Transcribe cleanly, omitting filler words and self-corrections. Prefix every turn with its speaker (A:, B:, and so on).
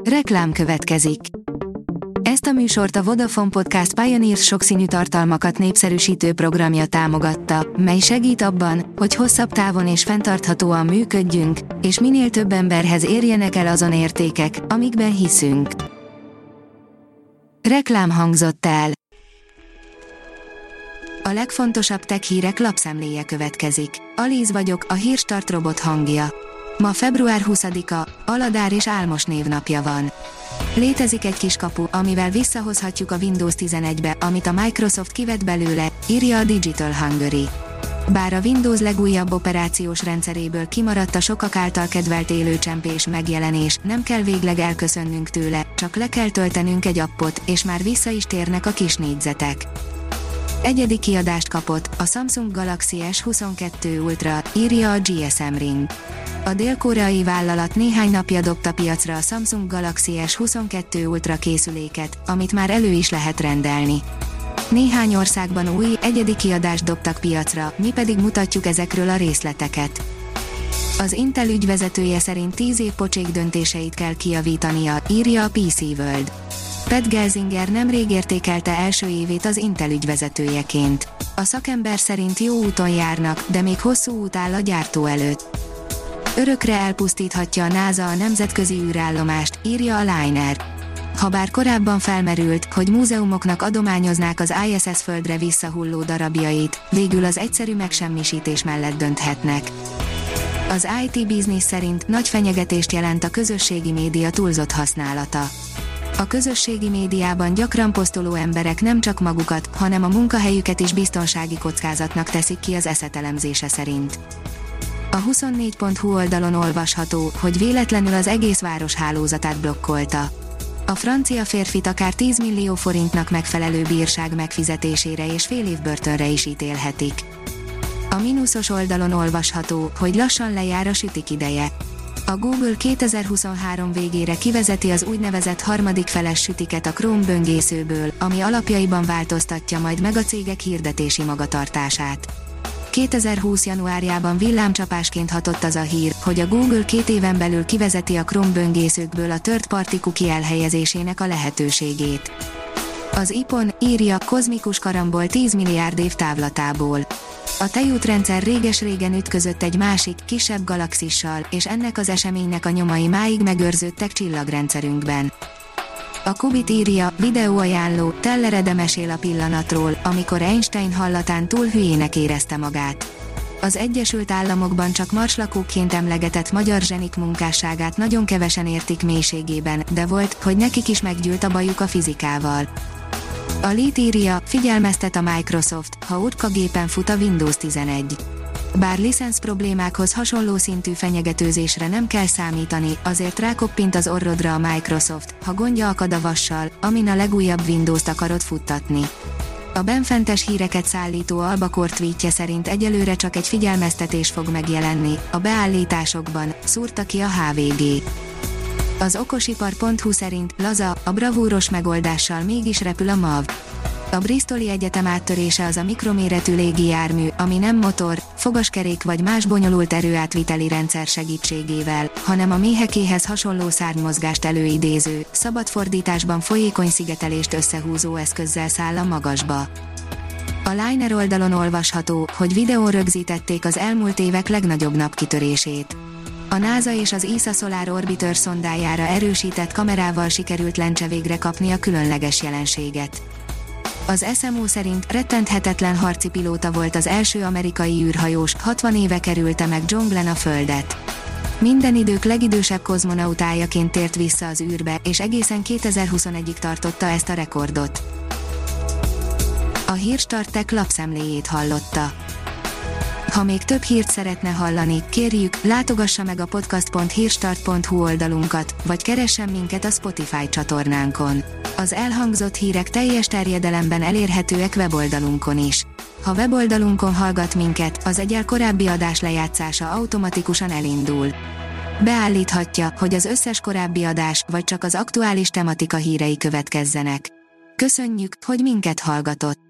A: Reklám következik. Ezt a műsort a Vodafone Podcast Pioneers sokszínű tartalmakat népszerűsítő programja támogatta, mely segít abban, hogy hosszabb távon és fenntarthatóan működjünk, és minél több emberhez érjenek el azon értékek, amikben hiszünk. Reklám hangzott el. A legfontosabb tech hírek lapszemléje következik. Alíz vagyok, a Hírstart robot hangja. Ma február 20-a, Aladár és Álmos névnapja van. Létezik egy kiskapu, amivel visszahozhatjuk a Windows 11-be, amit a Microsoft kivett belőle, írja a Digital Hungary. Bár a Windows legújabb operációs rendszeréből kimaradt a sokak által kedvelt élőcsempés megjelenés, nem kell végleg elköszönnünk tőle, csak le kell töltenünk egy appot, és már vissza is térnek a kis négyzetek. Egyedi kiadást kapott a Samsung Galaxy S22 Ultra, írja a GSM Ring. A dél-koreai vállalat néhány napja dobta piacra a Samsung Galaxy S22 Ultra készüléket, amit már elő is lehet rendelni. Néhány országban új, egyedi kiadást dobtak piacra, mi pedig mutatjuk ezekről a részleteket. Az Intel ügyvezetője szerint 10 év pocsék döntéseit kell kijavítania, írja a PC World. Pat Gelsinger nemrég értékelte első évét az Intel ügyvezetőjeként. A szakember szerint jó úton járnak, de még hosszú út áll a gyártó előtt. Örökre elpusztíthatja a NASA a nemzetközi űrállomást, írja a Liner. Habár korábban felmerült, hogy múzeumoknak adományoznák az ISS földre visszahulló darabjait, végül az egyszerű megsemmisítés mellett dönthetnek. Az IT Business szerint nagy fenyegetést jelent a közösségi média túlzott használata. A közösségi médiában gyakran posztoló emberek nem csak magukat, hanem a munkahelyüket is biztonsági kockázatnak teszik ki az ESET elemzése szerint. A 24.hu oldalon olvasható, hogy véletlenül az egész város hálózatát blokkolta. A francia férfit akár 10 millió forintnak megfelelő bírság megfizetésére és fél év börtönre is ítélhetik. A mínuszos oldalon olvasható, hogy lassan lejár a sütik ideje. A Google 2023 végére kivezeti az úgynevezett harmadik feles sütiket a Chrome böngészőből, ami alapjaiban változtatja majd meg a cégek hirdetési magatartását. 2020 januárjában villámcsapásként hatott az a hír, hogy a Google 2 éven belül kivezeti a Chrome böngészőkből a third party cookie elhelyezésének a lehetőségét. Az IPON írja kozmikus karambol 10 milliárd év távlatából. A tejútrendszer réges-régen ütközött egy másik, kisebb galaxissal, és ennek az eseménynek a nyomai máig megőrződtek csillagrendszerünkben. A Kubit írja, videóajánló, Teller Ede mesél a pillanatról, amikor Einstein hallatán túl hülyének érezte magát. Az Egyesült Államokban csak marslakókként emlegetett magyar zsenik munkásságát nagyon kevesen értik mélységében, de volt, hogy nekik is meggyűlt a bajuk a fizikával. A Lead írja, figyelmeztet a Microsoft, ha utkagépen fut a Windows 11. Bár licensz problémákhoz hasonló szintű fenyegetőzésre nem kell számítani, azért rákoppint az orrodra a Microsoft, ha gondja akad a vassal, amin a legújabb Windows-t akarod futtatni. A benfentes híreket szállító Albacor tweetje szerint egyelőre csak egy figyelmeztetés fog megjelenni, a beállításokban, szúrta ki a HVG. Az okosipar.hu szerint laza, a bravúros megoldással mégis repül a MAV. A Bristoli Egyetem áttörése az a mikroméretű légijármű, ami nem motor, fogaskerék vagy más bonyolult erőátviteli rendszer segítségével, hanem a méhekéhez hasonló szárnymozgást előidéző, szabad fordításban folyékony szigetelést összehúzó eszközzel száll a magasba. A Liner oldalon olvasható, hogy videón rögzítették az elmúlt évek legnagyobb napkitörését. A NASA és az ESA Solar Orbiter szondájára erősített kamerával sikerült lencse végre kapni a különleges jelenséget. Az SMO szerint rettenthetetlen harci pilóta volt az első amerikai űrhajós, 60 éve kerülte meg John Glenn a Földet. Minden idők legidősebb kozmonautájaként tért vissza az űrbe, és egészen 2021-ig tartotta ezt a rekordot. A Hírstart Tech lapszemléjét hallotta. Ha még több hírt szeretne hallani, kérjük, látogassa meg a podcast.hírstart.hu oldalunkat, vagy keressen minket a Spotify csatornánkon. Az elhangzott hírek teljes terjedelemben elérhetőek weboldalunkon is. Ha weboldalunkon hallgat minket, az egyel korábbi adás lejátszása automatikusan elindul. Beállíthatja, hogy az összes korábbi adás, vagy csak az aktuális tematika hírei következzenek. Köszönjük, hogy minket hallgatott!